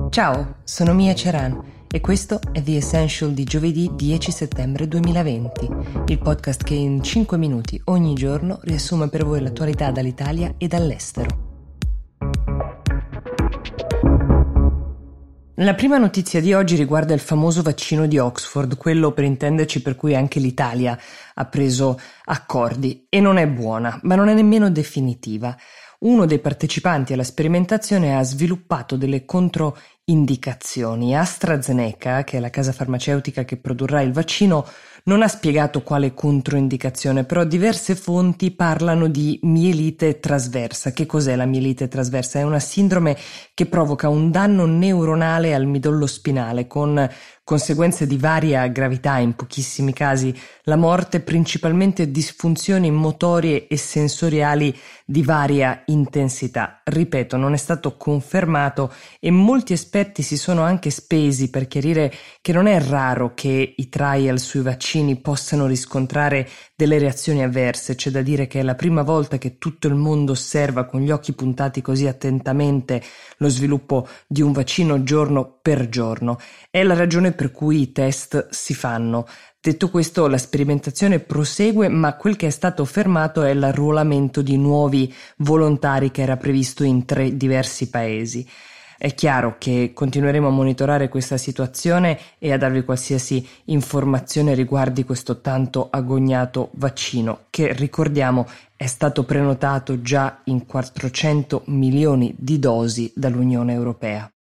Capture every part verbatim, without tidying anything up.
Ciao, sono Mia Ceran e questo è The Essential di giovedì dieci settembre duemilaventi, il podcast che in cinque minuti ogni giorno riassume per voi l'attualità dall'Italia e dall'estero. La prima notizia di oggi riguarda il famoso vaccino di Oxford, quello per intenderci per cui anche l'Italia ha preso accordi, e non è buona, ma non è nemmeno definitiva. Uno dei partecipanti alla sperimentazione ha sviluppato delle controindicazioni. AstraZeneca, che è la casa farmaceutica che produrrà il vaccino, non ha spiegato quale controindicazione, però diverse fonti parlano di mielite trasversa. Che cos'è la mielite trasversa? È una sindrome che provoca un danno neuronale al midollo spinale, con conseguenze di varia gravità, in pochissimi casi la morte, principalmente disfunzioni motorie e sensoriali di varia intensità. Ripeto, non è stato confermato e molti esperti si sono anche spesi per chiarire che non è raro che i trial sui vaccini possano riscontrare delle reazioni avverse. C'è da dire che è la prima volta che tutto il mondo osserva con gli occhi puntati così attentamente lo sviluppo di un vaccino giorno per giorno. È la ragione per cui i test si fanno. Detto questo, la sperimentazione prosegue, ma quel che è stato fermato è l'arruolamento di nuovi volontari che era previsto in tre diversi paesi. È chiaro che continueremo a monitorare questa situazione e a darvi qualsiasi informazione riguardi questo tanto agognato vaccino, che, ricordiamo, è stato prenotato già in quattrocento milioni di dosi dall'Unione Europea.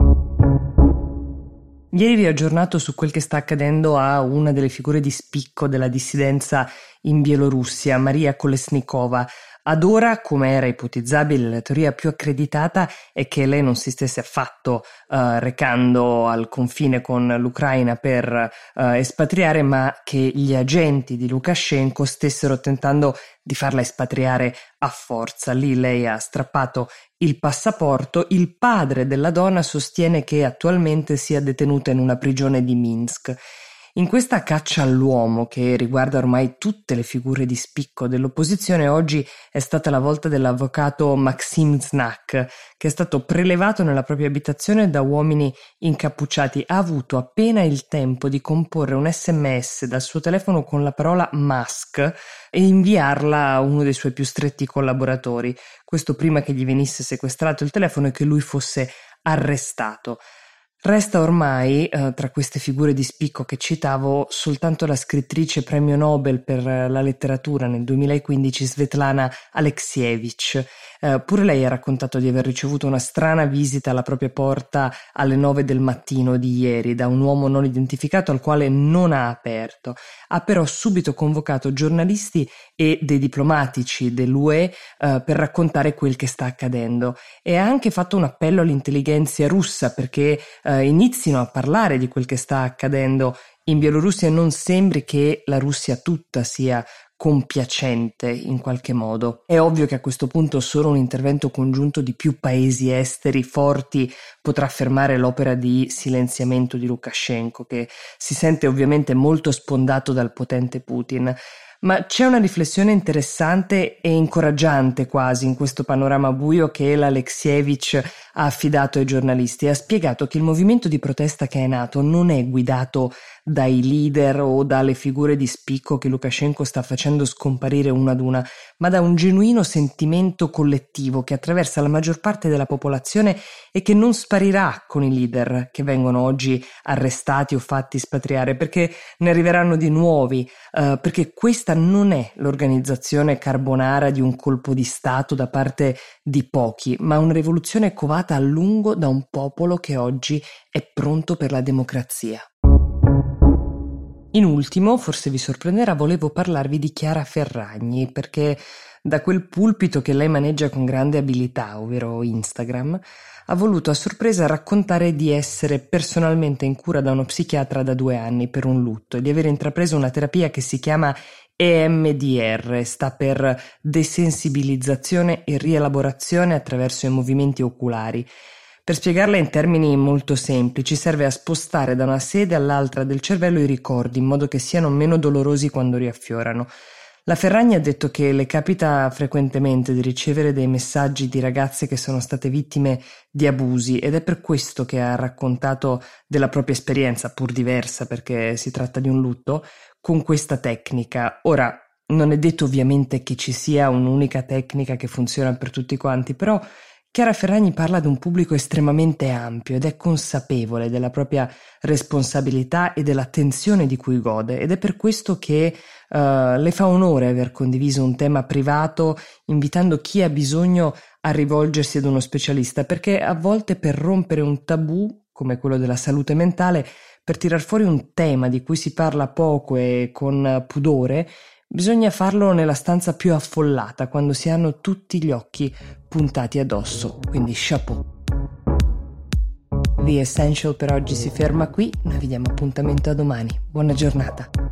Ieri vi ho aggiornato su quel che sta accadendo a una delle figure di spicco della dissidenza in Bielorussia, Maria Kolesnikova. Ad ora, come era ipotizzabile, la teoria più accreditata è che lei non si stesse affatto uh, recando al confine con l'Ucraina per uh, espatriare, ma che gli agenti di Lukashenko stessero tentando di farla espatriare a forza. Lì lei ha strappato il passaporto. Il padre della donna sostiene che attualmente sia detenuta in una prigione di Minsk. In questa caccia all'uomo, che riguarda ormai tutte le figure di spicco dell'opposizione, oggi è stata la volta dell'avvocato Maxim Znak, che è stato prelevato nella propria abitazione da uomini incappucciati. Ha avuto appena il tempo di comporre un sms dal suo telefono con la parola Musk e inviarla a uno dei suoi più stretti collaboratori. Questo prima che gli venisse sequestrato il telefono e che lui fosse arrestato. Resta ormai, eh, tra queste figure di spicco che citavo, soltanto la scrittrice premio Nobel per la letteratura nel duemilaquindici, Svetlana Alexievich. Eh, pure lei ha raccontato di aver ricevuto una strana visita alla propria porta alle nove del mattino di ieri da un uomo non identificato al quale non ha aperto. Ha però subito convocato giornalisti e dei diplomatici dell'U E eh, per raccontare quel che sta accadendo, e ha anche fatto un appello all'intelligenza russa perché eh, inizino a parlare di quel che sta accadendo in Bielorussia e non sembri che la Russia tutta sia compiacente in qualche modo. È ovvio che a questo punto solo un intervento congiunto di più paesi esteri forti potrà fermare l'opera di silenziamento di Lukashenko, che si sente ovviamente molto spondato dal potente Putin. Ma c'è una riflessione interessante e incoraggiante quasi in questo panorama buio che l'Alexievich ha affidato ai giornalisti. Ha spiegato che il movimento di protesta che è nato non è guidato dai leader o dalle figure di spicco che Lukashenko sta facendo scomparire una ad una, ma da un genuino sentimento collettivo che attraversa la maggior parte della popolazione e che non sparirà con i leader che vengono oggi arrestati o fatti spatriare, perché ne arriveranno di nuovi, uh, perché questa non è l'organizzazione carbonara di un colpo di stato da parte di pochi, ma una rivoluzione covata a lungo da un popolo che oggi è pronto per la democrazia. In ultimo, forse vi sorprenderà, volevo parlarvi di Chiara Ferragni, perché da quel pulpito che lei maneggia con grande abilità, ovvero Instagram, ha voluto a sorpresa raccontare di essere personalmente in cura da uno psichiatra da due anni per un lutto e di aver intrapreso una terapia che si chiama E M D R, sta per desensibilizzazione e rielaborazione attraverso i movimenti oculari. Per spiegarla in termini molto semplici, serve a spostare da una sede all'altra del cervello i ricordi in modo che siano meno dolorosi quando riaffiorano. La Ferragni ha detto che le capita frequentemente di ricevere dei messaggi di ragazze che sono state vittime di abusi ed è per questo che ha raccontato della propria esperienza, pur diversa perché si tratta di un lutto, con questa tecnica. Ora, non è detto ovviamente che ci sia un'unica tecnica che funziona per tutti quanti, però Chiara Ferragni parla di un pubblico estremamente ampio ed è consapevole della propria responsabilità e dell'attenzione di cui gode ed è per questo che uh, le fa onore aver condiviso un tema privato invitando chi ha bisogno a rivolgersi ad uno specialista, perché a volte per rompere un tabù come quello della salute mentale, per tirar fuori un tema di cui si parla poco e con pudore, bisogna farlo nella stanza più affollata, quando si hanno tutti gli occhi puntati addosso, quindi chapeau. The Essential per oggi si ferma qui, noi vi diamo appuntamento a domani. Buona giornata.